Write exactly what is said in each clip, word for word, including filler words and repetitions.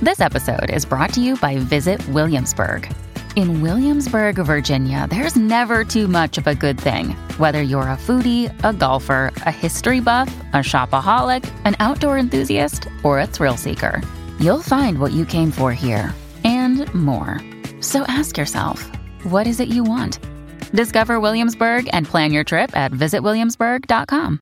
This episode is brought to you by Visit Williamsburg. In Williamsburg, Virginia, there's never too much of a good thing. Whether you're a foodie, a golfer, a history buff, a shopaholic, an outdoor enthusiast, or a thrill seeker, you'll find what you came for here and more. So ask yourself, what is it you want? Discover Williamsburg and plan your trip at visit williamsburg dot com.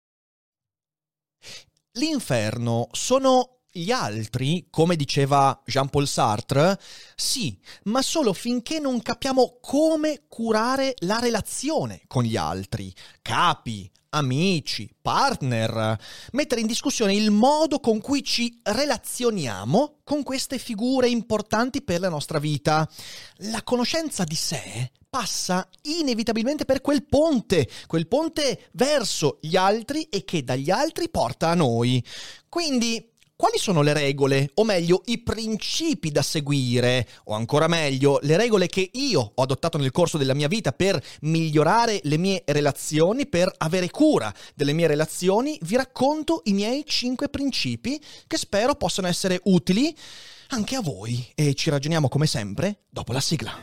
L'inferno sono gli altri, come diceva Jean-Paul Sartre? Sì, ma solo finché non capiamo come curare la relazione con gli altri, capi, amici, partner, mettere in discussione il modo con cui ci relazioniamo con queste figure importanti per la nostra vita. La conoscenza di sé passa inevitabilmente per quel ponte, quel ponte verso gli altri e che dagli altri porta a noi. Quindi, quali sono le regole, o meglio, i principi da seguire, o ancora meglio, le regole che io ho adottato nel corso della mia vita per migliorare le mie relazioni, per avere cura delle mie relazioni? Vi racconto i miei cinque principi che spero possano essere utili anche a voi e ci ragioniamo come sempre dopo la sigla.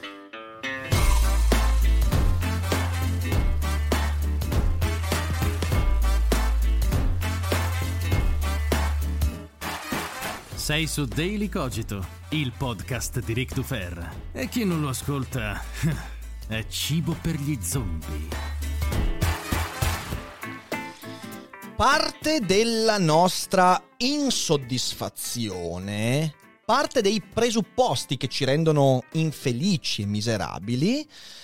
Sei su Daily Cogito, il podcast di Ric Dufer. E chi non lo ascolta è cibo per gli zombie. Parte della nostra insoddisfazione, parte dei presupposti che ci rendono infelici e miserabili,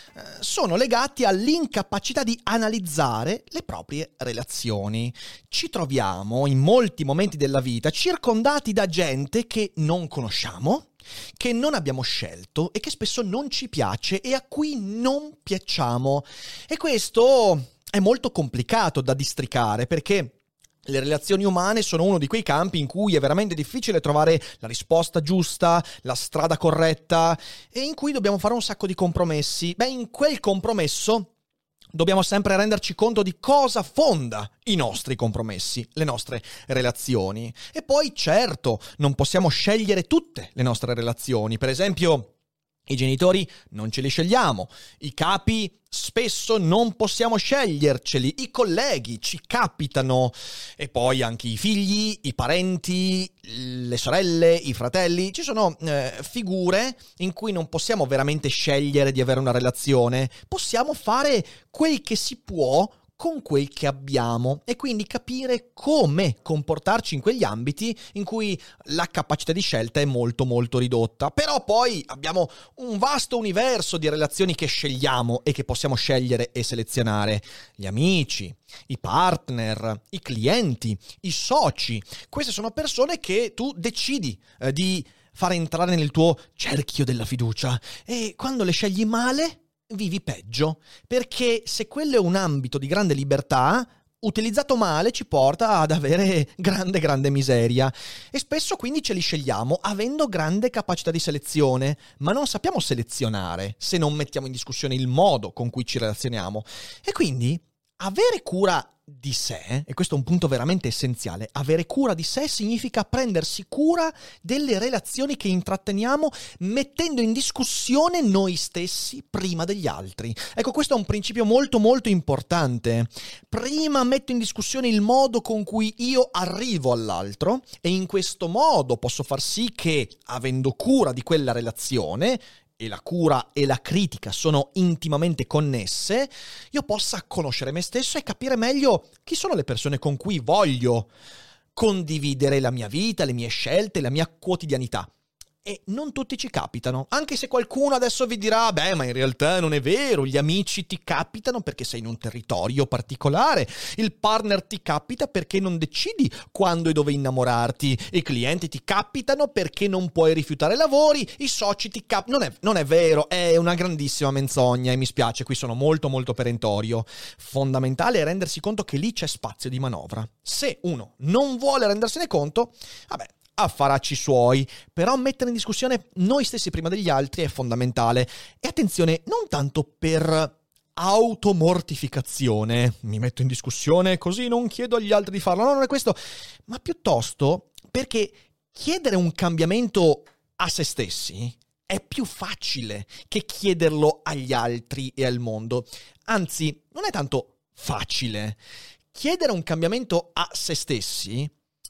sono legati all'incapacità di analizzare le proprie relazioni. Ci troviamo in molti momenti della vita circondati da gente che non conosciamo, che non abbiamo scelto e che spesso non ci piace e a cui non piacciamo. E questo è molto complicato da districare perché le relazioni umane sono uno di quei campi in cui è veramente difficile trovare la risposta giusta, la strada corretta e in cui dobbiamo fare un sacco di compromessi. Beh, in quel compromesso dobbiamo sempre renderci conto di cosa fonda i nostri compromessi, le nostre relazioni. E poi, certo, non possiamo scegliere tutte le nostre relazioni. Per esempio, i genitori non ce li scegliamo, i capi spesso non possiamo sceglierceli, i colleghi ci capitano e poi anche i figli, i parenti, le sorelle, i fratelli. Ci sono eh, figure in cui non possiamo veramente scegliere di avere una relazione, possiamo fare quel che si può con quel che abbiamo e quindi capire come comportarci in quegli ambiti in cui la capacità di scelta è molto molto ridotta. Però poi abbiamo un vasto universo di relazioni che scegliamo e che possiamo scegliere e selezionare. Gli amici, i partner, i clienti, i soci. Queste sono persone che tu decidi eh, di far entrare nel tuo cerchio della fiducia e quando le scegli male vivi peggio, perché se quello è un ambito di grande libertà, utilizzato male ci porta ad avere grande grande miseria e spesso quindi ce li scegliamo avendo grande capacità di selezione, ma non sappiamo selezionare se non mettiamo in discussione il modo con cui ci relazioniamo. E quindi avere cura di sé, e questo è un punto veramente essenziale, avere cura di sé significa prendersi cura delle relazioni che intratteniamo mettendo in discussione noi stessi prima degli altri. Ecco, questo è un principio molto molto importante. Prima metto in discussione il modo con cui io arrivo all'altro e in questo modo posso far sì che, avendo cura di quella relazione, e la cura e la critica sono intimamente connesse, io possa conoscere me stesso e capire meglio chi sono le persone con cui voglio condividere la mia vita, le mie scelte, la mia quotidianità. E non tutti ci capitano, anche se qualcuno adesso vi dirà beh, ma in realtà non è vero, gli amici ti capitano perché sei in un territorio particolare, il partner ti capita perché non decidi quando e dove innamorarti, i clienti ti capitano perché non puoi rifiutare lavori, i soci ti capitano. Non è, non è vero, è una grandissima menzogna e mi spiace, qui sono molto molto perentorio. Fondamentale è rendersi conto che lì c'è spazio di manovra. Se uno non vuole rendersene conto, vabbè, affaracci suoi, però mettere in discussione noi stessi prima degli altri è fondamentale. E attenzione, non tanto per automortificazione, mi metto in discussione così non chiedo agli altri di farlo, no, non è questo, ma piuttosto perché chiedere un cambiamento a se stessi è più facile che chiederlo agli altri e al mondo. Anzi, non è tanto facile. Chiedere un cambiamento a se stessi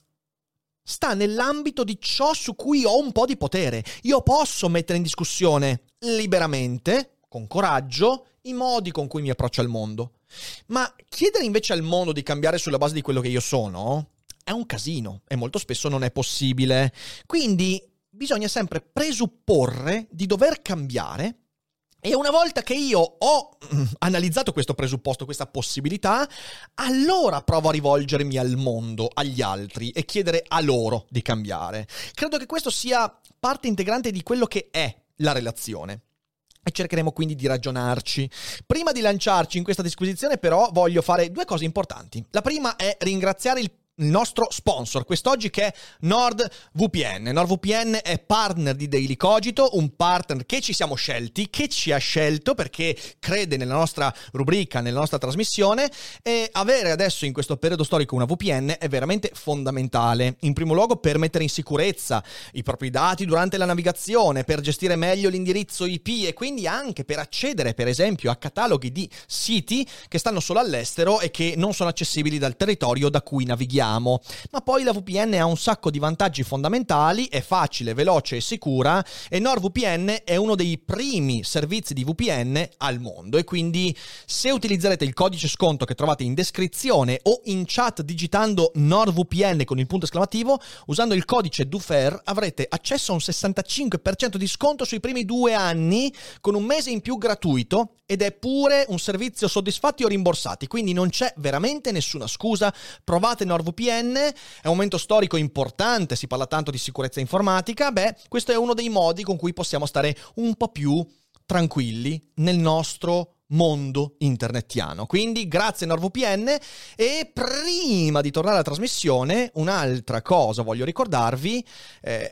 sta nell'ambito di ciò su cui ho un po' di potere. Io posso mettere in discussione liberamente, con coraggio, i modi con cui mi approccio al mondo. Ma chiedere invece al mondo di cambiare sulla base di quello che io sono è un casino e molto spesso non è possibile. Quindi bisogna sempre presupporre di dover cambiare, e una volta che io ho analizzato questo presupposto, questa possibilità, allora provo a rivolgermi al mondo, agli altri, e chiedere a loro di cambiare. Credo che questo sia parte integrante di quello che è la relazione. E cercheremo quindi di ragionarci. Prima di lanciarci in questa disquisizione, però, voglio fare due cose importanti. La prima è ringraziare il il nostro sponsor quest'oggi, che è NordVPN. NordVPN è partner di Daily Cogito, un partner che ci siamo scelti, che ci ha scelto perché crede nella nostra rubrica, nella nostra trasmissione, e avere adesso in questo periodo storico una V P N è veramente fondamentale. In primo luogo per mettere in sicurezza i propri dati durante la navigazione, per gestire meglio l'indirizzo I P e quindi anche per accedere per esempio a cataloghi di siti che stanno solo all'estero e che non sono accessibili dal territorio da cui navighiamo. Ma poi la V P N ha un sacco di vantaggi fondamentali, è facile, veloce e sicura, e NordVPN è uno dei primi servizi di V P N al mondo, e quindi se utilizzerete il codice sconto che trovate in descrizione o in chat digitando NordVPN con il punto esclamativo, usando il codice DUFER avrete accesso a un sessantacinque per cento di sconto sui primi due anni con un mese in più gratuito, ed è pure un servizio soddisfatti o rimborsati, quindi non c'è veramente nessuna scusa. Provate NordVPN, è un momento storico importante, si parla tanto di sicurezza informatica, beh, questo è uno dei modi con cui possiamo stare un po' più tranquilli nel nostro mondo internetiano. Quindi grazie NordVPN. E prima di tornare alla trasmissione, un'altra cosa voglio ricordarvi. eh,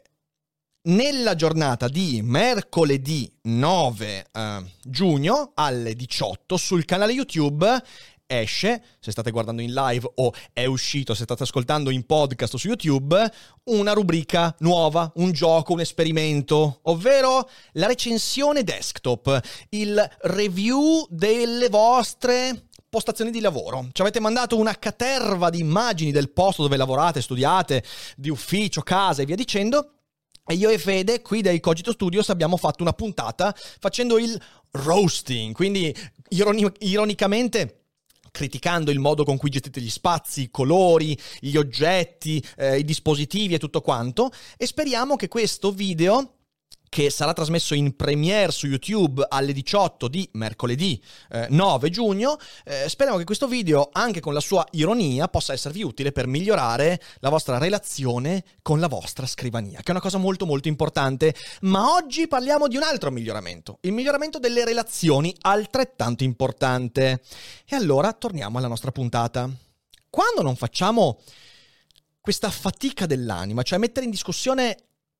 Nella giornata di mercoledì nove eh, giugno alle diciotto sul canale YouTube esce, se state guardando in live o è uscito, se state ascoltando in podcast o su YouTube, una rubrica nuova, un gioco, un esperimento, ovvero la recensione desktop, il review delle vostre postazioni di lavoro. Ci avete mandato una caterva di immagini del posto dove lavorate, studiate, di ufficio, casa e via dicendo. E io e Fede qui dai Cogito Studios abbiamo fatto una puntata facendo il roasting, quindi ironi- ironicamente criticando il modo con cui gestite gli spazi, i colori, gli oggetti, eh, i dispositivi e tutto quanto, e speriamo che questo video, che sarà trasmesso in premiere su YouTube alle diciotto di mercoledì eh, nove giugno, eh, speriamo che questo video, anche con la sua ironia, possa esservi utile per migliorare la vostra relazione con la vostra scrivania, che è una cosa molto molto importante. Ma oggi parliamo di un altro miglioramento, il miglioramento delle relazioni, altrettanto importante. E allora torniamo alla nostra puntata. Quando non facciamo questa fatica dell'anima, cioè mettere in discussione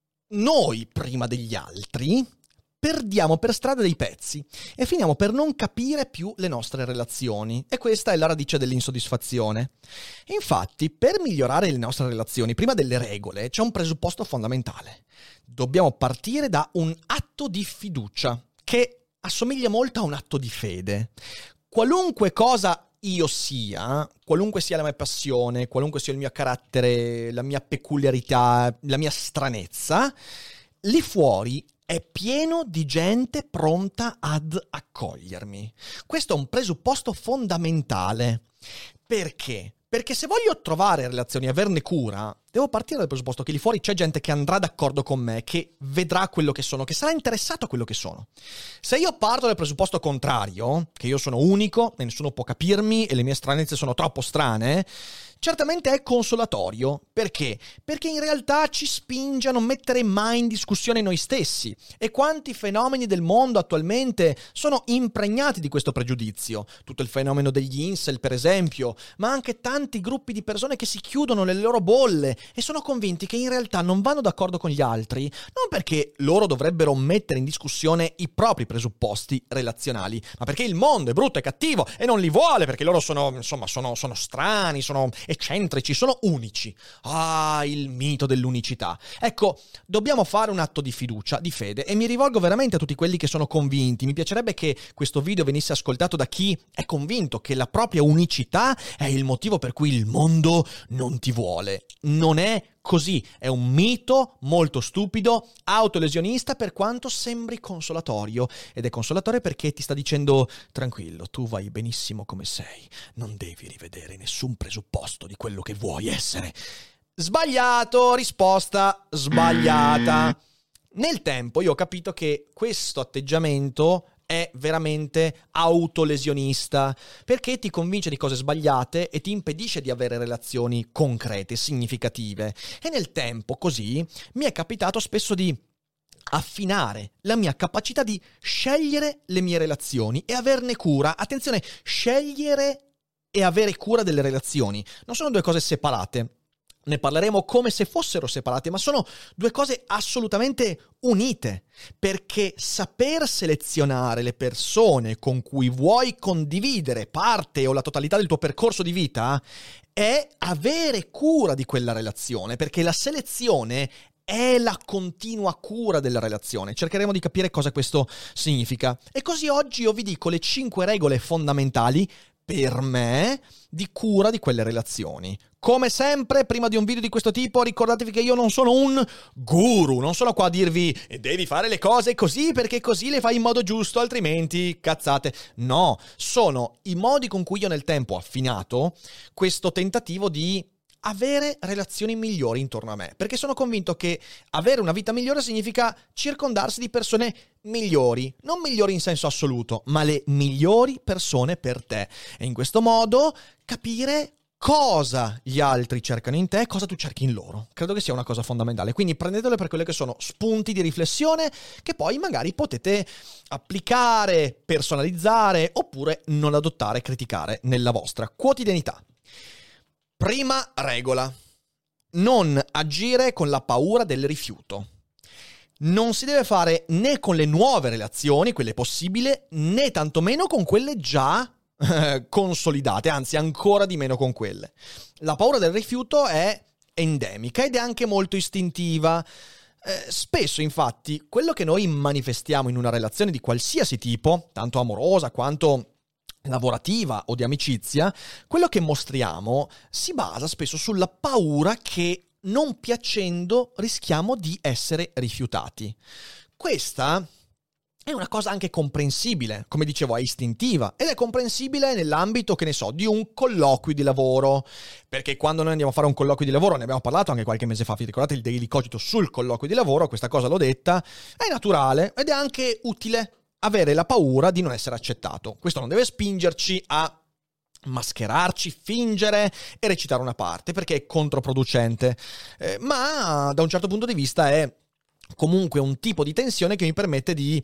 noi prima degli altri, perdiamo per strada dei pezzi e finiamo per non capire più le nostre relazioni, e questa è la radice dell'insoddisfazione. Infatti, per migliorare le nostre relazioni, prima delle regole, c'è un presupposto fondamentale. Dobbiamo partire da un atto di fiducia che assomiglia molto a un atto di fede. Qualunque cosa io sia, qualunque sia la mia passione, qualunque sia il mio carattere, la mia peculiarità, la mia stranezza, lì fuori è pieno di gente pronta ad accogliermi. Questo è un presupposto fondamentale. Perché? Perché se voglio trovare relazioni e averne cura, devo partire dal presupposto che lì fuori c'è gente che andrà d'accordo con me, che vedrà quello che sono, che sarà interessato a quello che sono. Se io parto dal presupposto contrario, che io sono unico e nessuno può capirmi e le mie stranezze sono troppo strane, certamente è consolatorio. Perché? Perché in realtà ci spinge a non mettere mai in discussione noi stessi. E quanti fenomeni del mondo attualmente sono impregnati di questo pregiudizio? Tutto il fenomeno degli incel, per esempio, ma anche tanti gruppi di persone che si chiudono nelle loro bolle e sono convinti che in realtà non vanno d'accordo con gli altri, non perché loro dovrebbero mettere in discussione i propri presupposti relazionali, ma perché il mondo è brutto e cattivo e non li vuole, perché loro sono, insomma, sono, sono strani, sono eccentrici, sono unici. Ah, il mito dell'unicità. Ecco, dobbiamo fare un atto di fiducia, di fede, e mi rivolgo veramente a tutti quelli che sono convinti. Mi piacerebbe che questo video venisse ascoltato da chi è convinto che la propria unicità è il motivo per cui il mondo non ti vuole. Non è così, è un mito molto stupido, autolesionista, per quanto sembri consolatorio. Ed è consolatorio perché ti sta dicendo: tranquillo, tu vai benissimo come sei, non devi rivedere nessun presupposto di quello che vuoi essere. Sbagliato, risposta sbagliata. Nel tempo io ho capito che questo atteggiamento è veramente autolesionista, perché ti convince di cose sbagliate e ti impedisce di avere relazioni concrete, significative. E nel tempo, così, mi è capitato spesso di affinare la mia capacità di scegliere le mie relazioni e averne cura. Attenzione, scegliere e avere cura delle relazioni non sono due cose separate. Ne parleremo come se fossero separate, ma sono due cose assolutamente unite, perché saper selezionare le persone con cui vuoi condividere parte o la totalità del tuo percorso di vita è avere cura di quella relazione, perché la selezione è la continua cura della relazione. Cercheremo di capire cosa questo significa. E così oggi io vi dico le cinque regole fondamentali per me di cura di quelle relazioni. Come sempre, prima di un video di questo tipo, ricordatevi che io non sono un guru, non sono qua a dirvi devi fare le cose così perché così le fai in modo giusto, altrimenti cazzate. No, sono i modi con cui io nel tempo ho affinato questo tentativo di avere relazioni migliori intorno a me, perché sono convinto che avere una vita migliore significa circondarsi di persone migliori, non migliori in senso assoluto, ma le migliori persone per te, e in questo modo capire cosa gli altri cercano in te e cosa tu cerchi in loro. Credo che sia una cosa fondamentale, quindi prendetele per quelle che sono spunti di riflessione che poi magari potete applicare, personalizzare oppure non adottare, criticare nella vostra quotidianità. Prima regola: non agire con la paura del rifiuto. Non si deve fare né con le nuove relazioni, quelle possibili, né tantomeno con quelle già eh, consolidate, anzi ancora di meno con quelle. La paura del rifiuto è endemica ed è anche molto istintiva. Eh, spesso, infatti, quello che noi manifestiamo in una relazione di qualsiasi tipo, tanto amorosa quanto lavorativa o di amicizia, quello che mostriamo si basa spesso sulla paura che, non piacendo, rischiamo di essere rifiutati. Questa è una cosa anche comprensibile, come dicevo, è istintiva, ed è comprensibile nell'ambito, che ne so, di un colloquio di lavoro, perché quando noi andiamo a fare un colloquio di lavoro, ne abbiamo parlato anche qualche mese fa, vi ricordate il Daily Cogito sul colloquio di lavoro, questa cosa l'ho detta, è naturale ed è anche utile avere la paura di non essere accettato. Questo non deve spingerci a mascherarci, fingere e recitare una parte, perché è controproducente, eh, ma da un certo punto di vista è comunque un tipo di tensione che mi permette di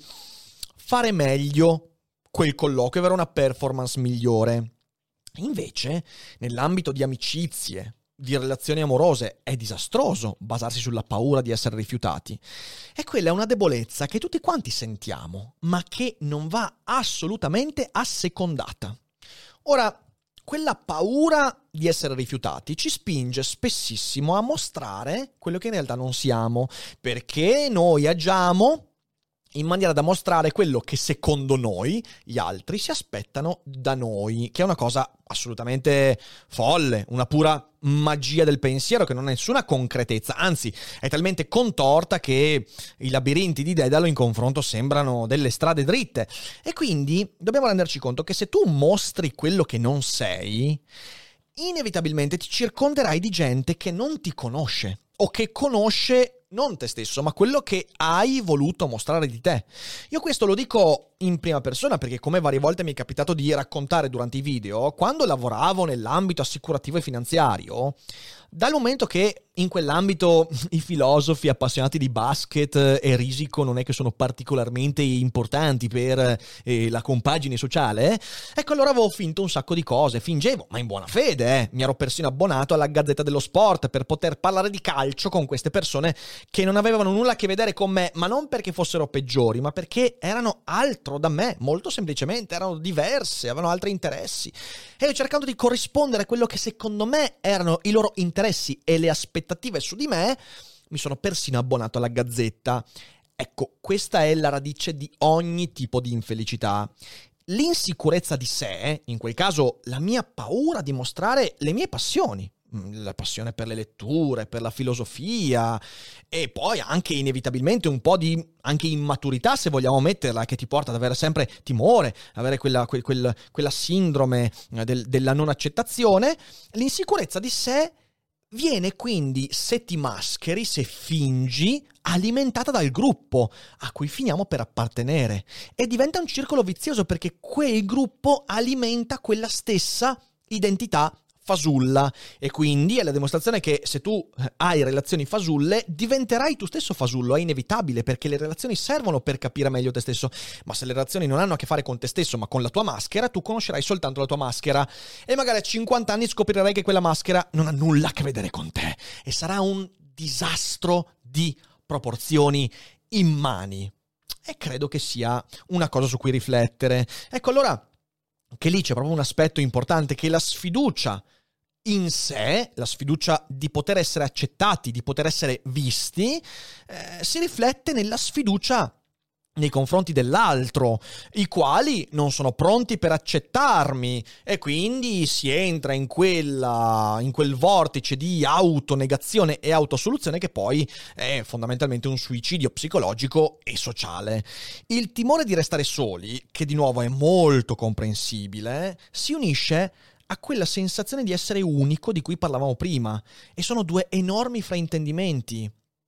fare meglio quel colloquio, avere una performance migliore. Invece, nell'ambito di amicizie, di relazioni amorose, è disastroso basarsi sulla paura di essere rifiutati. E quella è una debolezza che tutti quanti sentiamo, ma che non va assolutamente assecondata. Ora, quella paura di essere rifiutati ci spinge spessissimo a mostrare quello che in realtà non siamo, perché noi agiamo in maniera da mostrare quello che secondo noi gli altri si aspettano da noi, che è una cosa assolutamente folle, una pura magia del pensiero che non ha nessuna concretezza, anzi è talmente contorta che i labirinti di Dedalo in confronto sembrano delle strade dritte. E quindi dobbiamo renderci conto che se tu mostri quello che non sei, inevitabilmente ti circonderai di gente che non ti conosce o che conosce non te stesso, ma quello che hai voluto mostrare di te. Io questo lo dico in prima persona perché, come varie volte mi è capitato di raccontare durante i video, quando lavoravo nell'ambito assicurativo e finanziario, dal momento che in quell'ambito i filosofi appassionati di basket e risico non è che sono particolarmente importanti per eh, la compagine sociale, ecco, allora avevo finto un sacco di cose, fingevo, ma in buona fede, eh. Mi ero persino abbonato alla Gazzetta dello Sport per poter parlare di calcio con queste persone che non avevano nulla a che vedere con me, ma non perché fossero peggiori, ma perché erano altro altro da me, molto semplicemente, erano diverse, avevano altri interessi. E io, cercando di corrispondere a quello che secondo me erano i loro interessi e le aspettative su di me, mi sono persino abbonato alla Gazzetta. Ecco, questa è la radice di ogni tipo di infelicità. L'insicurezza di sé, in quel caso la mia paura di mostrare le mie passioni, la passione per le letture, per la filosofia, e poi anche inevitabilmente un po' di anche immaturità, se vogliamo metterla, che ti porta ad avere sempre timore, avere quella, quel, quel, quella sindrome del, della non accettazione. L'insicurezza di sé viene quindi, se ti mascheri, se fingi, alimentata dal gruppo a cui finiamo per appartenere, e diventa un circolo vizioso, perché quel gruppo alimenta quella stessa identità fasulla, e quindi è la dimostrazione che se tu hai relazioni fasulle diventerai tu stesso fasullo. È inevitabile, perché le relazioni servono per capire meglio te stesso, ma se le relazioni non hanno a che fare con te stesso ma con la tua maschera, tu conoscerai soltanto la tua maschera, e magari a cinquanta anni scoprirai che quella maschera non ha nulla a che vedere con te, e sarà un disastro di proporzioni immani. E credo che sia una cosa su cui riflettere. Ecco, allora, che lì c'è proprio un aspetto importante, che la sfiducia in sé, la sfiducia di poter essere accettati, di poter essere visti, eh, si riflette nella sfiducia nei confronti dell'altro, i quali non sono pronti per accettarmi, e quindi si entra in quella in quel vortice di autonegazione e autosoluzione, che poi è fondamentalmente un suicidio psicologico e sociale. Il timore di restare soli, che di nuovo è molto comprensibile, si unisce a quella sensazione di essere unico di cui parlavamo prima, e sono due enormi fraintendimenti.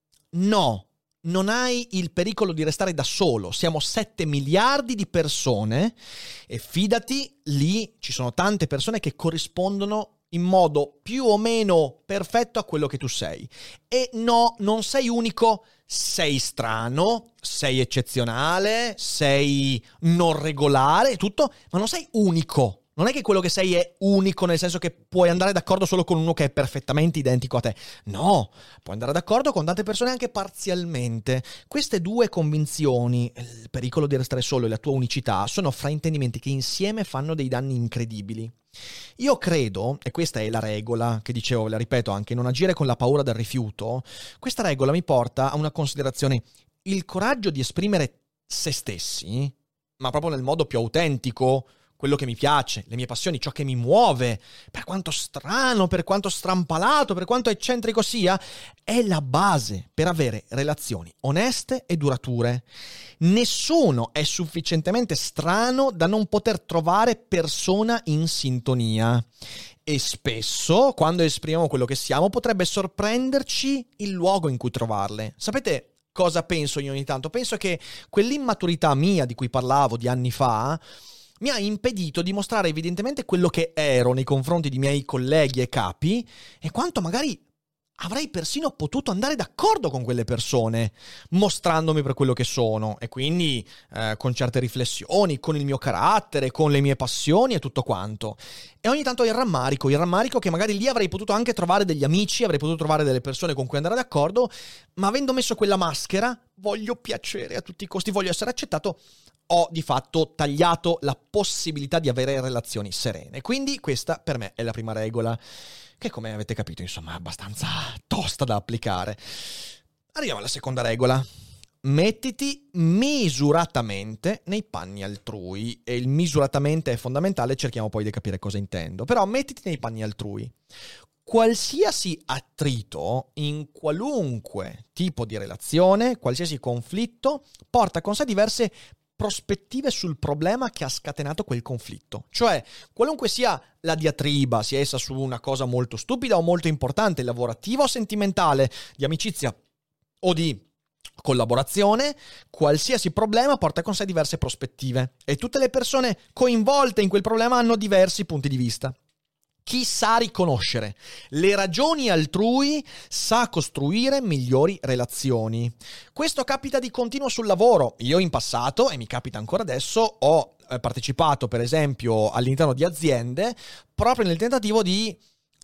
No, non hai il pericolo di restare da solo, siamo sette miliardi di persone, e fidati, lì ci sono tante persone che corrispondono in modo più o meno perfetto a quello che tu sei. E no, non sei unico, sei strano, sei eccezionale, sei non regolare, tutto, ma non sei unico. Non è che quello che sei è unico, nel senso che puoi andare d'accordo solo con uno che è perfettamente identico a te. No, puoi andare d'accordo con tante persone anche parzialmente. Queste due convinzioni, il pericolo di restare solo e la tua unicità, sono fraintendimenti che insieme fanno dei danni incredibili. Io credo, e questa è la regola che dicevo, ve la ripeto anche, non agire con la paura del rifiuto. Questa regola mi porta a una considerazione: il coraggio di esprimere se stessi, ma proprio nel modo più autentico, quello che mi piace, le mie passioni, ciò che mi muove, per quanto strano, per quanto strampalato, per quanto eccentrico sia, è la base per avere relazioni oneste e durature. Nessuno è sufficientemente strano da non poter trovare persona in sintonia. E spesso, quando esprimiamo quello che siamo, potrebbe sorprenderci il luogo in cui trovarle. Sapete cosa penso io ogni tanto? Penso che quell'immaturità mia di cui parlavo di anni fa mi ha impedito di mostrare evidentemente quello che ero nei confronti di miei colleghi e capi, e quanto magari avrei persino potuto andare d'accordo con quelle persone, mostrandomi per quello che sono, e quindi eh, con certe riflessioni, con il mio carattere, con le mie passioni e tutto quanto. E ogni tanto il rammarico, il rammarico che magari lì avrei potuto anche trovare degli amici, avrei potuto trovare delle persone con cui andare d'accordo, ma avendo messo quella maschera, voglio piacere a tutti i costi, voglio essere accettato, ho di fatto tagliato la possibilità di avere relazioni serene. Quindi questa per me è la prima regola, che, come avete capito, insomma, è abbastanza tosta da applicare. Arriviamo alla seconda regola. Mettiti misuratamente nei panni altrui. E il misuratamente è fondamentale, cerchiamo poi di capire cosa intendo. Però mettiti nei panni altrui. Qualsiasi attrito in qualunque tipo di relazione, qualsiasi conflitto, porta con sé diverse prospettive sul problema che ha scatenato quel conflitto. Cioè, qualunque sia la diatriba, sia essa su una cosa molto stupida o molto importante, lavorativa o sentimentale, di amicizia o di collaborazione, qualsiasi problema porta con sé diverse prospettive, e tutte le persone coinvolte in quel problema hanno diversi punti di vista. Chi sa riconoscere le ragioni altrui sa costruire migliori relazioni. Questo capita di continuo sul lavoro. Io in passato, e mi capita ancora adesso, ho partecipato per esempio all'interno di aziende proprio nel tentativo di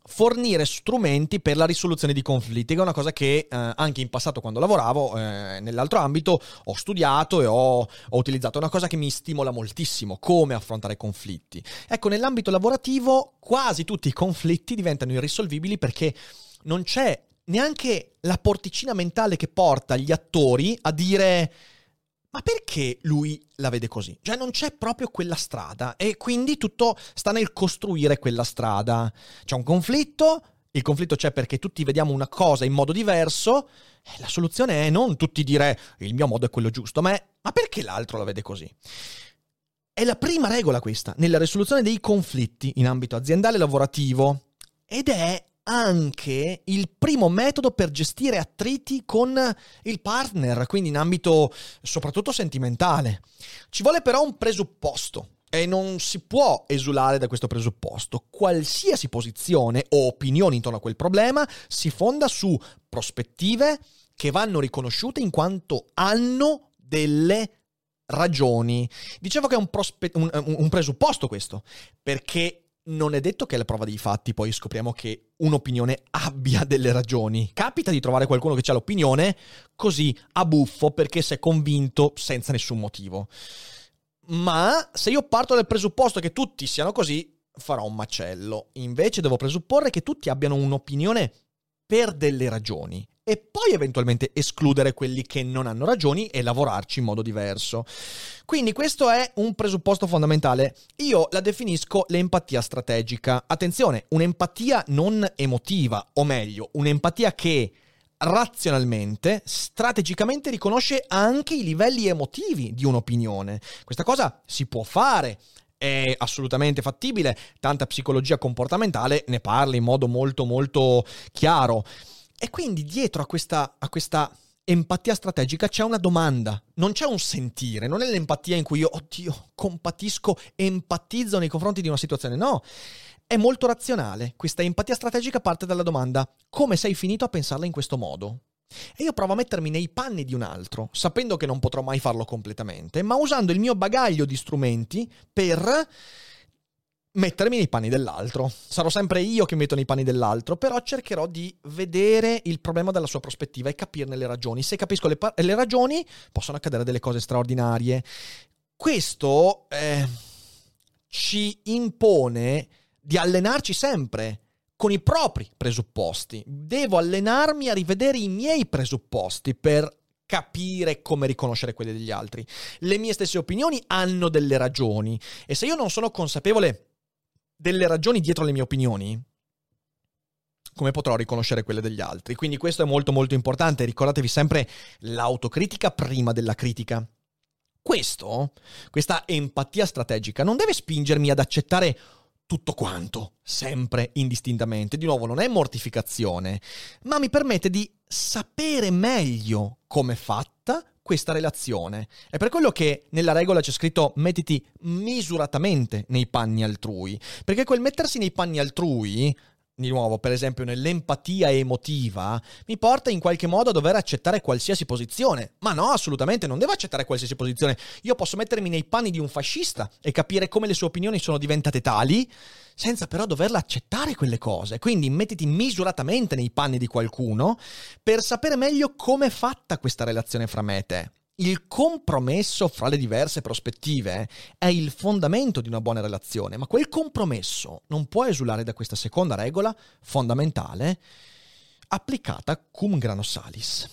fornire strumenti per la risoluzione di conflitti, che è una cosa che eh, anche in passato, quando lavoravo eh, nell'altro ambito, ho studiato e ho, ho utilizzato. È una cosa che mi stimola moltissimo, come affrontare conflitti. Ecco, nell'ambito lavorativo quasi tutti i conflitti diventano irrisolvibili perché non c'è neanche la porticina mentale che porta gli attori a dire: ma perché lui la vede così? Cioè non c'è proprio quella strada e quindi tutto sta nel costruire quella strada. C'è un conflitto, il conflitto c'è perché tutti vediamo una cosa in modo diverso e la soluzione è non tutti dire il mio modo è quello giusto, ma è ma perché l'altro la vede così? È la prima regola questa, nella risoluzione dei conflitti in ambito aziendale e lavorativo, ed è anche il primo metodo per gestire attriti con il partner, quindi in ambito soprattutto sentimentale. Ci vuole però un presupposto e non si può esulare da questo presupposto. Qualsiasi posizione o opinione intorno a quel problema si fonda su prospettive che vanno riconosciute in quanto hanno delle ragioni. Dicevo che è un, prospe- un, un presupposto questo, perché non è detto che è la prova dei fatti poi scopriamo che un'opinione abbia delle ragioni. Capita di trovare qualcuno che ha l'opinione così a buffo perché si è convinto senza nessun motivo. Ma se io parto dal presupposto che tutti siano così, farò un macello. Invece devo presupporre che tutti abbiano un'opinione per delle ragioni e poi eventualmente escludere quelli che non hanno ragioni e lavorarci in modo diverso. Quindi questo è un presupposto fondamentale. Io la definisco l'empatia strategica. Attenzione, un'empatia non emotiva, o meglio, un'empatia che razionalmente, strategicamente riconosce anche i livelli emotivi di un'opinione. Questa cosa si può fare, è assolutamente fattibile, tanta psicologia comportamentale ne parla in modo molto molto chiaro. E quindi dietro a questa, a questa empatia strategica c'è una domanda, non c'è un sentire, non è l'empatia in cui io, oddio, compatisco, empatizzo nei confronti di una situazione, no. È molto razionale. Questa empatia strategica parte dalla domanda: come sei finito a pensarla in questo modo? E io provo a mettermi nei panni di un altro, sapendo che non potrò mai farlo completamente, ma usando il mio bagaglio di strumenti per mettermi nei panni dell'altro. Sarò sempre io che metto nei panni dell'altro, però cercherò di vedere il problema dalla sua prospettiva e capirne le ragioni. Se capisco le, pa- le ragioni, possono accadere delle cose straordinarie. Questo eh, ci impone di allenarci sempre con i propri presupposti. Devo allenarmi a rivedere i miei presupposti per capire come riconoscere quelli degli altri. Le mie stesse opinioni hanno delle ragioni e se io non sono consapevole delle ragioni dietro le mie opinioni, come potrò riconoscere quelle degli altri? Quindi questo è molto molto importante. Ricordatevi sempre l'autocritica prima della critica. Questo, questa empatia strategica non deve spingermi ad accettare tutto quanto, sempre indistintamente. Di nuovo, non è mortificazione, ma mi permette di sapere meglio come è fatta questa relazione. È per quello che nella regola c'è scritto mettiti misuratamente nei panni altrui, perché quel mettersi nei panni altrui, di nuovo, per esempio nell'empatia emotiva, mi porta in qualche modo a dover accettare qualsiasi posizione. Ma no, assolutamente, non devo accettare qualsiasi posizione. Io posso mettermi nei panni di un fascista e capire come le sue opinioni sono diventate tali, senza però doverla accettare quelle cose. Quindi mettiti misuratamente nei panni di qualcuno per sapere meglio come è fatta questa relazione fra me e te. Il compromesso fra le diverse prospettive è il fondamento di una buona relazione, ma quel compromesso non può esulare da questa seconda regola fondamentale applicata cum grano salis.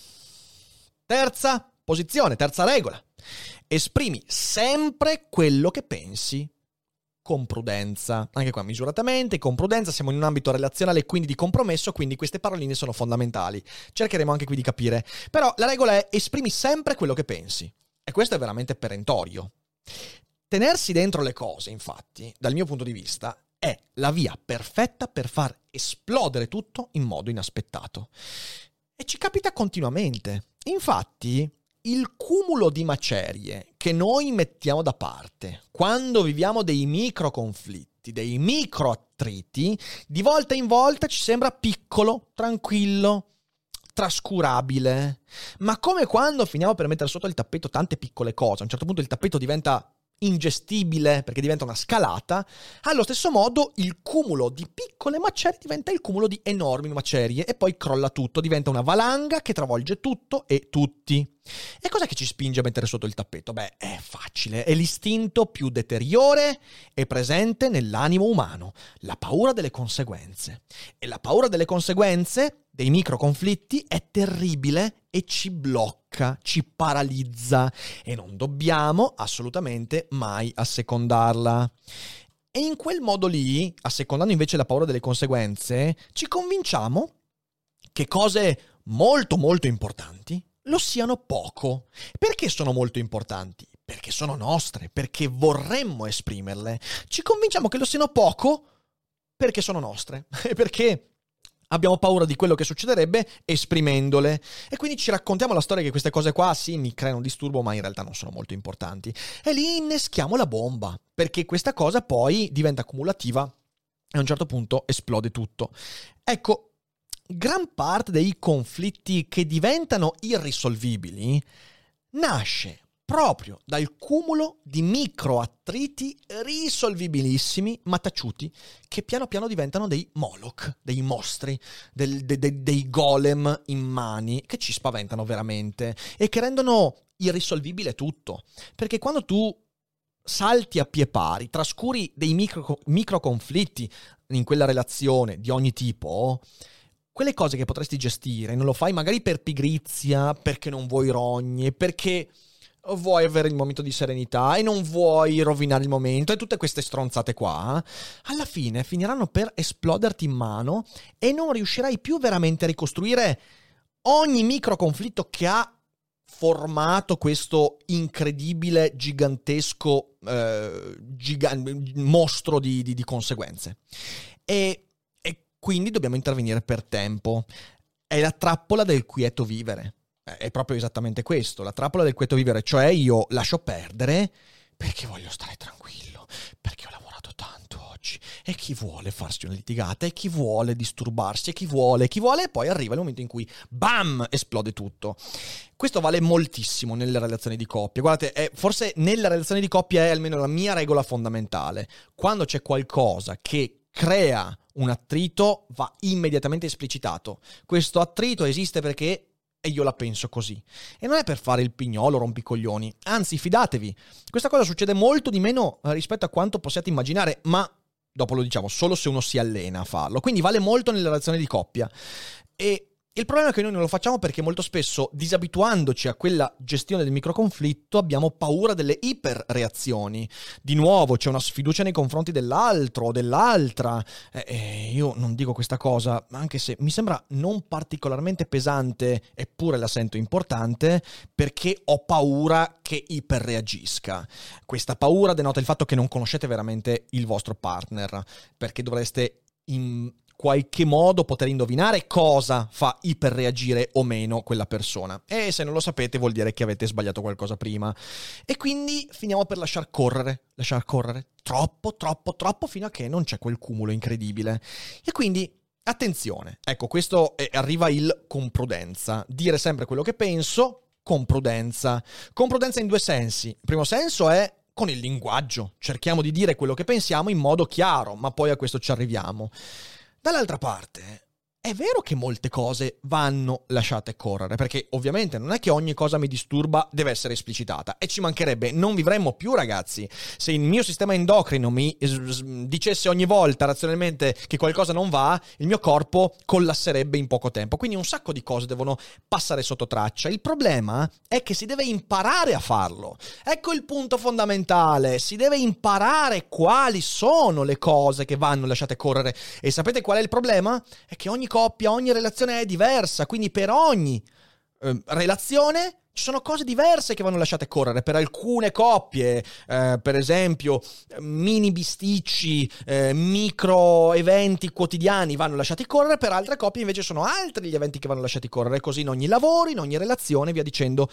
Terza posizione, terza regola. Esprimi sempre quello che pensi con prudenza. Anche qua misuratamente, con prudenza, siamo in un ambito relazionale e quindi di compromesso, quindi queste paroline sono fondamentali. Cercheremo anche qui di capire. Però la regola è esprimi sempre quello che pensi. E questo è veramente perentorio. Tenersi dentro le cose, infatti, dal mio punto di vista, è la via perfetta per far esplodere tutto in modo inaspettato. E ci capita continuamente. Infatti, il cumulo di macerie che noi mettiamo da parte quando viviamo dei micro conflitti, dei micro attriti, di volta in volta ci sembra piccolo, tranquillo, trascurabile. Ma come quando finiamo per mettere sotto il tappeto tante piccole cose, a un certo punto il tappeto diventa ingestibile perché diventa una scalata, allo stesso modo il cumulo di piccole macerie diventa il cumulo di enormi macerie e poi crolla tutto, diventa una valanga che travolge tutto e tutti. E cos'è che ci spinge a mettere sotto il tappeto? Beh, è facile, è l'istinto più deteriore e presente nell'animo umano, la paura delle conseguenze. E la paura delle conseguenze, dei microconflitti, è terribile e ci blocca, ci paralizza e non dobbiamo assolutamente mai assecondarla. E in quel modo lì, assecondando invece la paura delle conseguenze, ci convinciamo che cose molto molto importanti lo siano poco. Perché sono molto importanti? Perché sono nostre, perché vorremmo esprimerle. Ci convinciamo che lo siano poco perché sono nostre e perché abbiamo paura di quello che succederebbe esprimendole. E quindi ci raccontiamo la storia che queste cose qua sì mi creano disturbo, ma in realtà non sono molto importanti. E lì inneschiamo la bomba, perché questa cosa poi diventa cumulativa e a un certo punto esplode tutto. Ecco, gran parte dei conflitti che diventano irrisolvibili nasce proprio dal cumulo di microattriti risolvibilissimi ma taciuti che piano piano diventano dei Moloch, dei mostri, del, de, de, dei golem immani che ci spaventano veramente e che rendono irrisolvibile tutto. Perché quando tu salti a pie pari, trascuri dei micro, micro conflitti in quella relazione di ogni tipo, quelle cose che potresti gestire non lo fai magari per pigrizia, perché non vuoi rogne, perché vuoi avere il momento di serenità e non vuoi rovinare il momento e tutte queste stronzate qua, alla fine finiranno per esploderti in mano e non riuscirai più veramente a ricostruire ogni micro conflitto che ha formato questo incredibile, gigantesco eh, giga- mostro di, di, di conseguenze. E Quindi dobbiamo intervenire per tempo. È la trappola del quieto vivere. È proprio esattamente questo, la trappola del quieto vivere. Cioè io lascio perdere perché voglio stare tranquillo, perché ho lavorato tanto oggi. E chi vuole farsi una litigata, e chi vuole disturbarsi, e chi vuole, e chi vuole. E poi arriva il momento in cui, bam, esplode tutto. Questo vale moltissimo nelle relazioni di coppia. Guardate, è, forse nelle relazioni di coppia è almeno la mia regola fondamentale. Quando c'è qualcosa che crea un attrito, va immediatamente esplicitato. Questo attrito esiste perché e io la penso così. E non è per fare il pignolo, rompicoglioni. Anzi, fidatevi, questa cosa succede molto di meno rispetto a quanto possiate immaginare, ma dopo lo diciamo, solo se uno si allena a farlo. Quindi vale molto nelle relazioni di coppia. E il problema è che noi non lo facciamo perché molto spesso, disabituandoci a quella gestione del microconflitto, abbiamo paura delle iperreazioni. Di nuovo, c'è una sfiducia nei confronti dell'altro o dell'altra. Eh, eh, io non dico questa cosa, anche se mi sembra non particolarmente pesante, eppure la sento importante, perché ho paura che iperreagisca. Questa paura denota il fatto che non conoscete veramente il vostro partner, perché dovreste in qualche modo poter indovinare cosa fa iperreagire o meno quella persona. E se non lo sapete vuol dire che avete sbagliato qualcosa prima. E quindi finiamo per lasciar correre, lasciar correre troppo, troppo, troppo fino a che non c'è quel cumulo incredibile. E quindi attenzione, ecco, questo è, arriva il con prudenza. Dire sempre quello che penso con prudenza. Con prudenza in due sensi. Il primo senso è con il linguaggio. Cerchiamo di dire quello che pensiamo in modo chiaro, ma poi a questo ci arriviamo. Dall'altra parte, è vero che molte cose vanno lasciate correre, perché ovviamente non è che ogni cosa mi disturba deve essere esplicitata, e ci mancherebbe, non vivremmo più, ragazzi. Se il mio sistema endocrino mi dicesse ogni volta razionalmente che qualcosa non va, il mio corpo collasserebbe in poco tempo, quindi un sacco di cose devono passare sotto traccia. Il problema è che si deve imparare a farlo. Ecco il punto fondamentale, si deve imparare quali sono le cose che vanno lasciate correre. E sapete qual è il problema? È che ogni coppia, ogni relazione è diversa, quindi per ogni eh, relazione ci sono cose diverse che vanno lasciate correre. Per alcune coppie, eh, per esempio, mini bisticci, eh, micro eventi quotidiani vanno lasciati correre, per altre coppie invece sono altri gli eventi che vanno lasciati correre, così in ogni lavoro, in ogni relazione, via dicendo.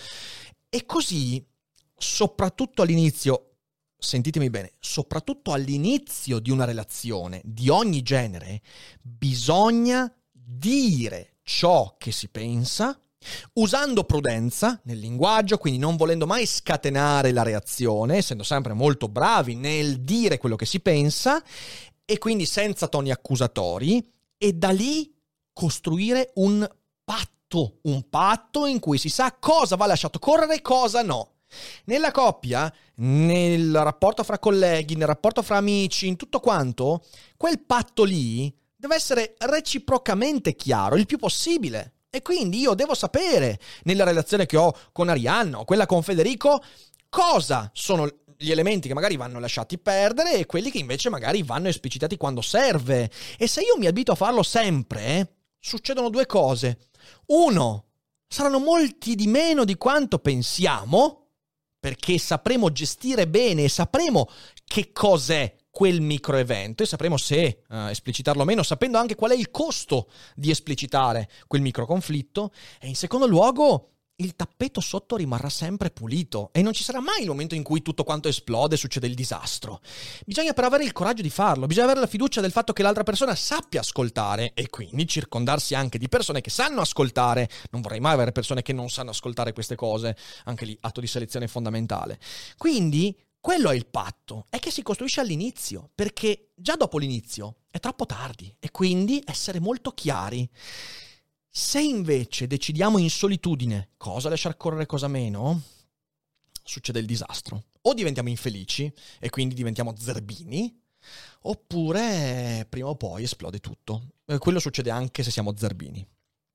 E così, soprattutto all'inizio, sentitemi bene, soprattutto all'inizio di una relazione di ogni genere, bisogna dire ciò che si pensa usando prudenza nel linguaggio, quindi non volendo mai scatenare la reazione, essendo sempre molto bravi nel dire quello che si pensa, e quindi senza toni accusatori, e da lì costruire un patto, un patto in cui si sa cosa va lasciato correre e cosa no. Nella coppia, nel rapporto fra colleghi, nel rapporto fra amici, in tutto quanto, quel patto lì deve essere reciprocamente chiaro, il più possibile. E quindi io devo sapere, nella relazione che ho con Arianna o quella con Federico, cosa sono gli elementi che magari vanno lasciati perdere e quelli che invece magari vanno esplicitati quando serve. E se io mi abituo a farlo sempre, succedono due cose. Uno, saranno molti di meno di quanto pensiamo, perché sapremo gestire bene e sapremo che cos'è quel microevento e sapremo se uh, esplicitarlo o meno, sapendo anche qual è il costo di esplicitare quel microconflitto. E in secondo luogo, il tappeto sotto rimarrà sempre pulito e non ci sarà mai il momento in cui tutto quanto esplode e succede il disastro. Bisogna però avere il coraggio di farlo, bisogna avere la fiducia del fatto che l'altra persona sappia ascoltare e quindi circondarsi anche di persone che sanno ascoltare. Non vorrei mai avere persone che non sanno ascoltare queste cose, anche lì atto di selezione fondamentale. Quindi quello è il patto, è che si costruisce all'inizio, perché già dopo l'inizio è troppo tardi e quindi essere molto chiari. Se invece decidiamo in solitudine cosa lasciar correre e cosa meno, succede il disastro. O diventiamo infelici e quindi diventiamo zerbini, oppure prima o poi esplode tutto. E quello succede anche se siamo zerbini.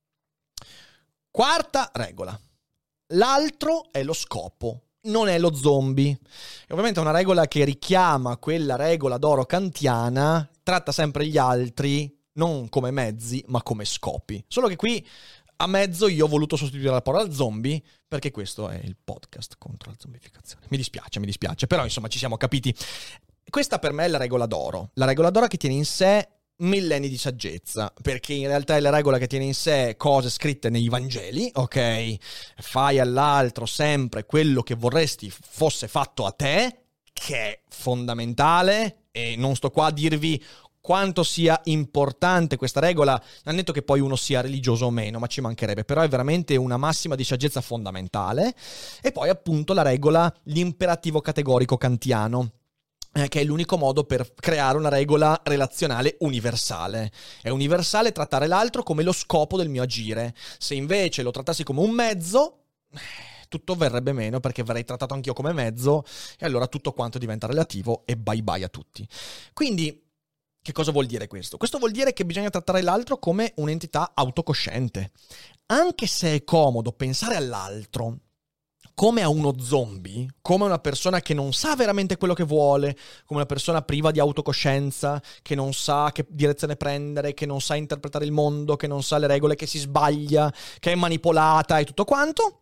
Quarta regola. L'altro è lo scopo, non è lo zombie. E ovviamente è una regola che richiama quella regola d'oro kantiana, tratta sempre gli altri non come mezzi, ma come scopi. Solo che qui, a mezzo, io ho voluto sostituire la parola zombie, perché questo è il podcast contro la zombificazione. Mi dispiace, mi dispiace, però insomma ci siamo capiti. Questa per me è la regola d'oro. La regola d'oro che tiene in sé millenni di saggezza, perché in realtà è la regola che tiene in sé cose scritte nei Vangeli, ok? Fai all'altro sempre quello che vorresti fosse fatto a te, che è fondamentale, e non sto qua a dirvi quanto sia importante questa regola, non detto che poi uno sia religioso o meno, ma ci mancherebbe, però è veramente una massima di saggezza fondamentale. E poi appunto la regola, l'imperativo categorico kantiano, eh, che è l'unico modo per creare una regola relazionale universale. È universale trattare l'altro come lo scopo del mio agire. Se invece lo trattassi come un mezzo, tutto verrebbe meno, perché verrei trattato anch'io come mezzo e allora tutto quanto diventa relativo e bye bye a tutti. Quindi che cosa vuol dire questo? Questo vuol dire che bisogna trattare l'altro come un'entità autocosciente. Anche se è comodo pensare all'altro come a uno zombie, come a una persona che non sa veramente quello che vuole, come una persona priva di autocoscienza, che non sa che direzione prendere, che non sa interpretare il mondo, che non sa le regole, che si sbaglia, che è manipolata e tutto quanto,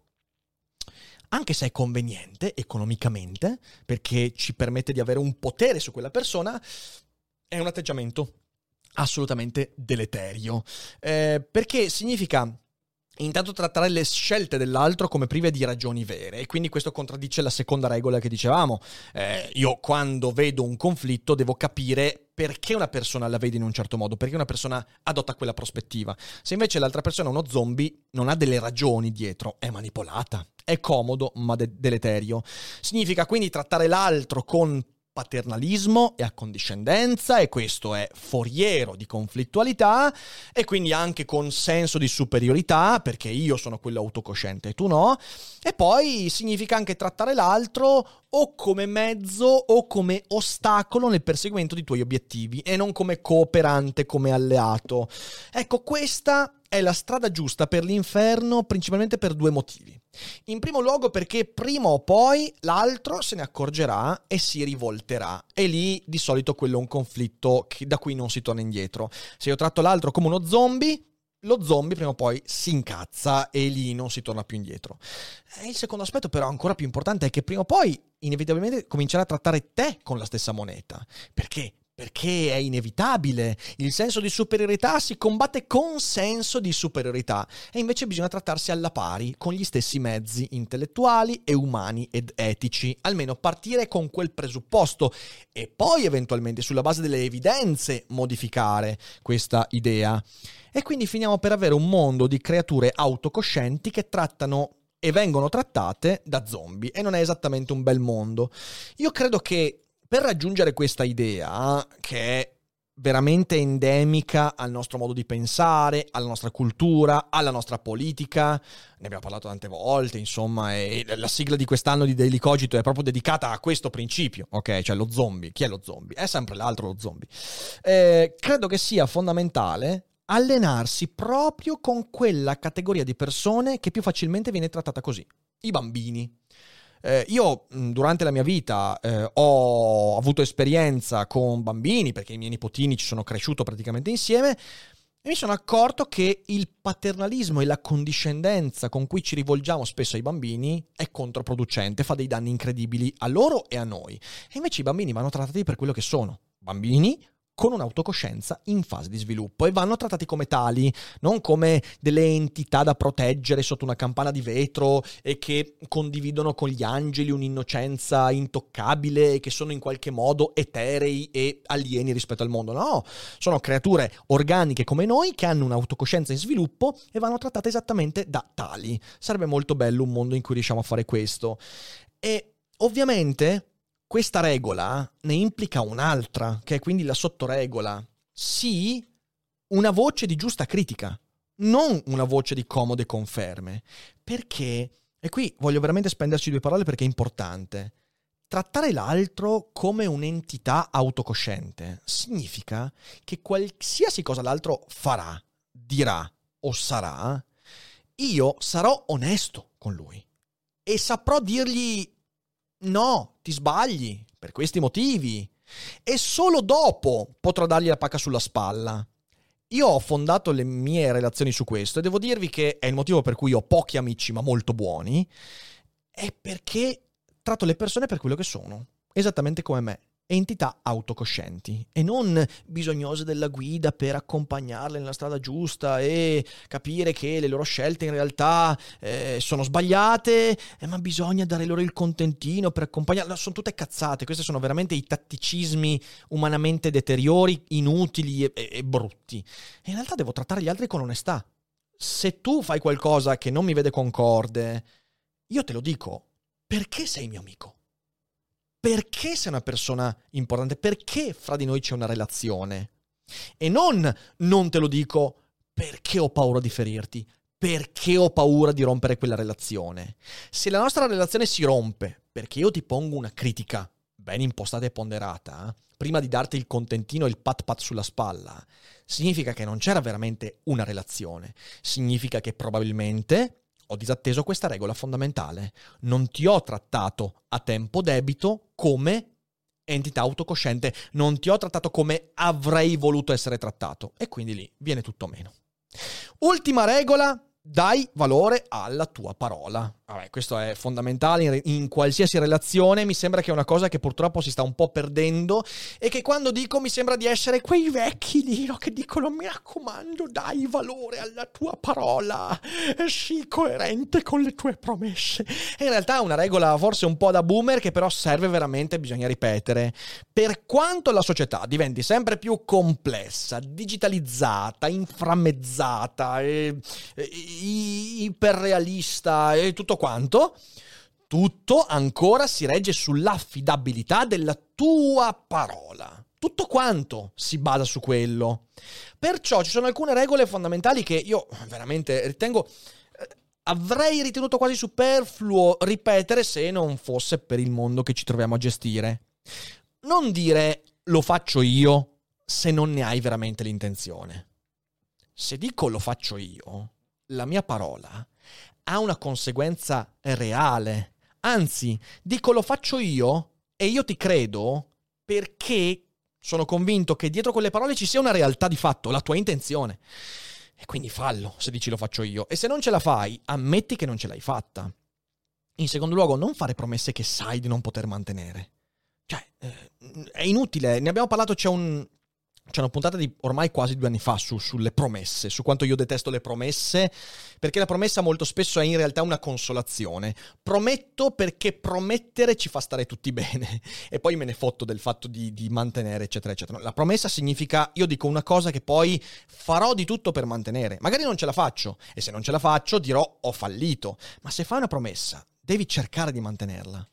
anche se è conveniente economicamente, perché ci permette di avere un potere su quella persona, è un atteggiamento assolutamente deleterio, eh, perché significa intanto trattare le scelte dell'altro come prive di ragioni vere, e quindi questo contraddice la seconda regola che dicevamo. Eh, io quando vedo un conflitto devo capire perché una persona la vede in un certo modo, perché una persona adotta quella prospettiva. Se invece l'altra persona è uno zombie, non ha delle ragioni dietro, è manipolata, è comodo ma de- deleterio. Significa quindi trattare l'altro con paternalismo e accondiscendenza, e questo è foriero di conflittualità, e quindi anche con senso di superiorità, perché io sono quello autocosciente e tu no. E poi significa anche trattare l'altro o come mezzo o come ostacolo nel perseguimento di tuoi obiettivi e non come cooperante, come alleato. Ecco, questa è la strada giusta per l'inferno, principalmente per due motivi. In primo luogo perché prima o poi l'altro se ne accorgerà e si rivolterà, e lì di solito quello è un conflitto che, da cui non si torna indietro. Se io tratto l'altro come uno zombie, lo zombie prima o poi si incazza e lì non si torna più indietro. E il secondo aspetto però ancora più importante è che prima o poi inevitabilmente comincerà a trattare te con la stessa moneta, perché perché è inevitabile. Il senso di superiorità si combatte con senso di superiorità e invece bisogna trattarsi alla pari con gli stessi mezzi intellettuali e umani ed etici, almeno partire con quel presupposto e poi eventualmente sulla base delle evidenze modificare questa idea. E quindi finiamo per avere un mondo di creature autocoscienti che trattano e vengono trattate da zombie e non è esattamente un bel mondo. Io credo che per raggiungere questa idea, che è veramente endemica al nostro modo di pensare, alla nostra cultura, alla nostra politica, ne abbiamo parlato tante volte, insomma, e la sigla di quest'anno di Daily Cogito è proprio dedicata a questo principio, ok? Cioè lo zombie. Chi è lo zombie? È sempre l'altro lo zombie. Eh, credo che sia fondamentale allenarsi proprio con quella categoria di persone che più facilmente viene trattata così, i bambini. Eh, io durante la mia vita eh, ho avuto esperienza con bambini, perché i miei nipotini ci sono cresciuto praticamente insieme, e mi sono accorto che il paternalismo e la condiscendenza con cui ci rivolgiamo spesso ai bambini è controproducente, fa dei danni incredibili a loro e a noi. E invece i bambini vanno trattati per quello che sono, bambini con un'autocoscienza in fase di sviluppo, e vanno trattati come tali, non come delle entità da proteggere sotto una campana di vetro e che condividono con gli angeli un'innocenza intoccabile e che sono in qualche modo eterei e alieni rispetto al mondo. No, sono creature organiche come noi che hanno un'autocoscienza in sviluppo e vanno trattate esattamente da tali. Sarebbe molto bello un mondo in cui riusciamo a fare questo. E ovviamente questa regola ne implica un'altra, che è quindi la sottoregola. Sì, una voce di giusta critica, non una voce di comode conferme. Perché, e qui voglio veramente spenderci due parole perché è importante, trattare l'altro come un'entità autocosciente significa che qualsiasi cosa l'altro farà, dirà o sarà, io sarò onesto con lui e saprò dirgli: no, ti sbagli, per questi motivi. E solo dopo potrò dargli la pacca sulla spalla. Io ho fondato le mie relazioni su questo e devo dirvi che è il motivo per cui ho pochi amici ma molto buoni, è perché tratto le persone per quello che sono, esattamente come me, entità autocoscienti e non bisognose della guida per accompagnarle nella strada giusta e capire che le loro scelte in realtà eh, sono sbagliate, eh, ma bisogna dare loro il contentino per accompagnarle. Sono tutte cazzate, questi sono veramente i tatticismi umanamente deteriori, inutili e, e, e brutti. E in realtà devo trattare gli altri con onestà. Se tu fai qualcosa che non mi vede concorde, io te lo dico, perché sei mio amico? Perché sei una persona importante? Perché fra di noi c'è una relazione? E non non te lo dico perché ho paura di ferirti, perché ho paura di rompere quella relazione. Se la nostra relazione si rompe perché io ti pongo una critica ben impostata e ponderata, eh, prima di darti il contentino e il pat pat sulla spalla, significa che non c'era veramente una relazione. Significa che probabilmente ho disatteso questa regola fondamentale. Non ti ho trattato a tempo debito come entità autocosciente, non ti ho trattato come avrei voluto essere trattato, e quindi lì viene tutto meno. Ultima regola: dai valore alla tua parola. Vabbè, questo è fondamentale in, in qualsiasi relazione. Mi sembra che è una cosa che purtroppo si sta un po' perdendo e che quando dico mi sembra di essere quei vecchi lì, no, che dicono: mi raccomando, dai valore alla tua parola, sii coerente con le tue promesse. E in realtà è una regola forse un po' da boomer che però serve veramente, bisogna ripetere. Per quanto la società diventi sempre più complessa, digitalizzata, inframmezzata, e, e, iperrealista e tutto quanto, tutto ancora si regge sull'affidabilità della tua parola. Tutto quanto si basa su quello. Perciò ci sono alcune regole fondamentali che io veramente ritengo eh, avrei ritenuto quasi superfluo ripetere se non fosse per il mondo che ci troviamo a gestire. Non dire lo faccio io se non ne hai veramente l'intenzione. Se dico lo faccio io, la mia parola ha una conseguenza reale. Anzi, dico lo faccio io e io ti credo perché sono convinto che dietro quelle parole ci sia una realtà di fatto, la tua intenzione. E quindi fallo se dici lo faccio io. E se non ce la fai, ammetti che non ce l'hai fatta. In secondo luogo, non fare promesse che sai di non poter mantenere. Cioè, eh, è inutile, ne abbiamo parlato, c'è un... C'è una puntata di ormai quasi due anni fa su, sulle promesse, su quanto io detesto le promesse, perché la promessa molto spesso è in realtà una consolazione. Prometto perché promettere ci fa stare tutti bene e poi me ne fotto del fatto di, di mantenere, eccetera, eccetera. La promessa significa io dico una cosa che poi farò di tutto per mantenere. Magari non ce la faccio e se non ce la faccio dirò ho fallito. Ma se fai una promessa devi cercare di mantenerla.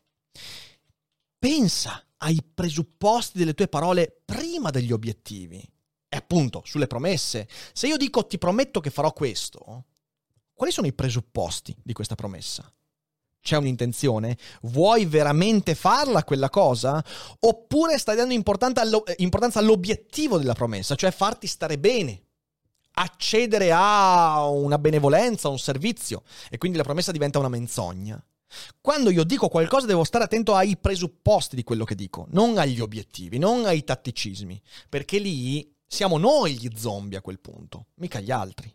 Pensa ai presupposti delle tue parole prima degli obiettivi. E appunto, sulle promesse. Se io dico ti prometto che farò questo, quali sono i presupposti di questa promessa? C'è un'intenzione? Vuoi veramente farla quella cosa? Oppure stai dando importanza all'obiettivo della promessa, cioè farti stare bene, accedere a una benevolenza, a un servizio, e quindi la promessa diventa una menzogna. Quando io dico qualcosa devo stare attento ai presupposti di quello che dico, non agli obiettivi, non ai tatticismi, perché lì siamo noi gli zombie a quel punto, mica gli altri.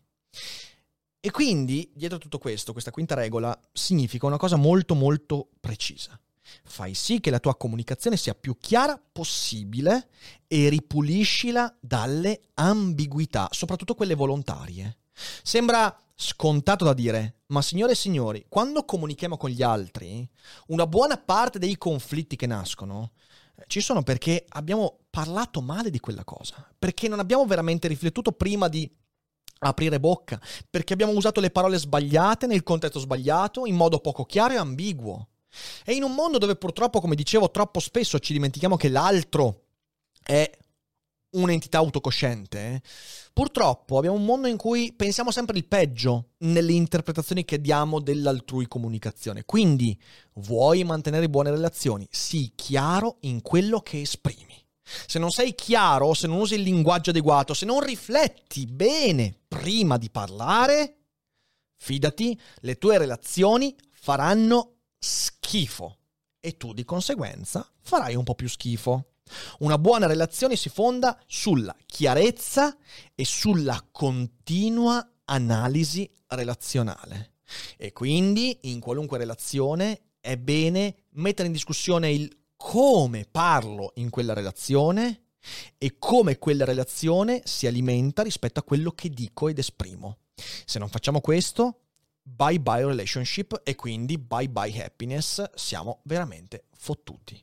E quindi, dietro a tutto questo, questa quinta regola significa una cosa molto molto precisa. Fai sì che la tua comunicazione sia più chiara possibile e ripuliscila dalle ambiguità, soprattutto quelle volontarie. Sembra scontato da dire, ma signore e signori, quando comunichiamo con gli altri, una buona parte dei conflitti che nascono eh, ci sono perché abbiamo parlato male di quella cosa, perché non abbiamo veramente riflettuto prima di aprire bocca, perché abbiamo usato le parole sbagliate nel contesto sbagliato, in modo poco chiaro e ambiguo. E in un mondo dove purtroppo, come dicevo, troppo spesso ci dimentichiamo che l'altro è un'entità autocosciente, eh? Purtroppo abbiamo un mondo in cui pensiamo sempre il peggio nelle interpretazioni che diamo dell'altrui comunicazione. Quindi, vuoi mantenere buone relazioni? Sii chiaro in quello che esprimi. Se non sei chiaro, se non usi il linguaggio adeguato, se non rifletti bene prima di parlare, fidati, le tue relazioni faranno schifo e tu di conseguenza farai un po' più schifo. Una buona relazione si fonda sulla chiarezza e sulla continua analisi relazionale. E quindi, in qualunque relazione, è bene mettere in discussione il come parlo in quella relazione e come quella relazione si alimenta rispetto a quello che dico ed esprimo. Se non facciamo questo, bye bye relationship e quindi bye bye happiness, siamo veramente fottuti.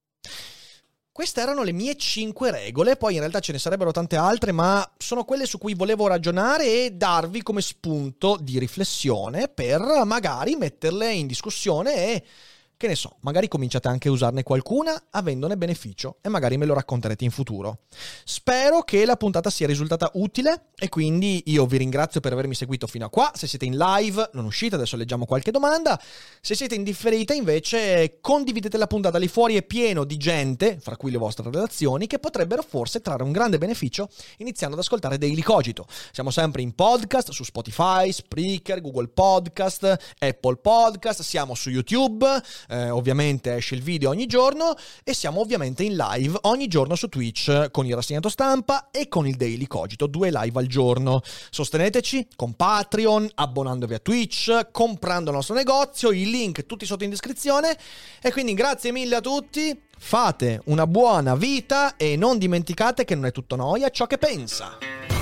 Queste erano le mie cinque regole, poi in realtà ce ne sarebbero tante altre, ma sono quelle su cui volevo ragionare e darvi come spunto di riflessione per magari metterle in discussione e, che ne so, magari cominciate anche a usarne qualcuna avendone beneficio e magari me lo racconterete in futuro. Spero che la puntata sia risultata utile e quindi io vi ringrazio per avermi seguito fino a qua. Se siete in live non uscite, adesso leggiamo qualche domanda. Se siete in differita invece condividete la puntata, lì fuori è pieno di gente, fra cui le vostre relazioni, che potrebbero forse trarre un grande beneficio iniziando ad ascoltare Daily Cogito. Siamo sempre in podcast su Spotify, Spreaker, Google Podcast, Apple Podcast, siamo su YouTube. Eh, ovviamente esce il video ogni giorno e siamo ovviamente in live ogni giorno su Twitch con il rassegnato stampa e con il Daily Cogito, due live al giorno. Sosteneteci con Patreon, abbonandovi a Twitch, comprando il nostro negozio, i link tutti sotto in descrizione. E quindi grazie mille a tutti, fate una buona vita e non dimenticate che non è tutto noia ciò che pensa.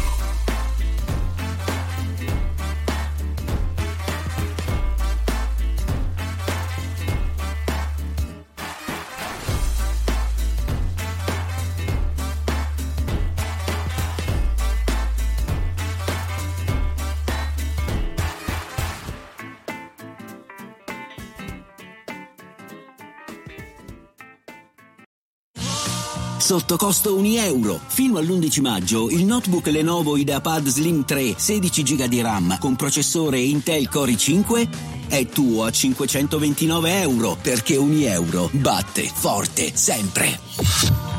Sotto costo un euro. Fino all'undici maggio il notebook Lenovo IdeaPad Slim tre sedici giga di RAM con processore Intel Core i cinque è tuo a cinquecentoventinove euro, perché un euro batte forte sempre.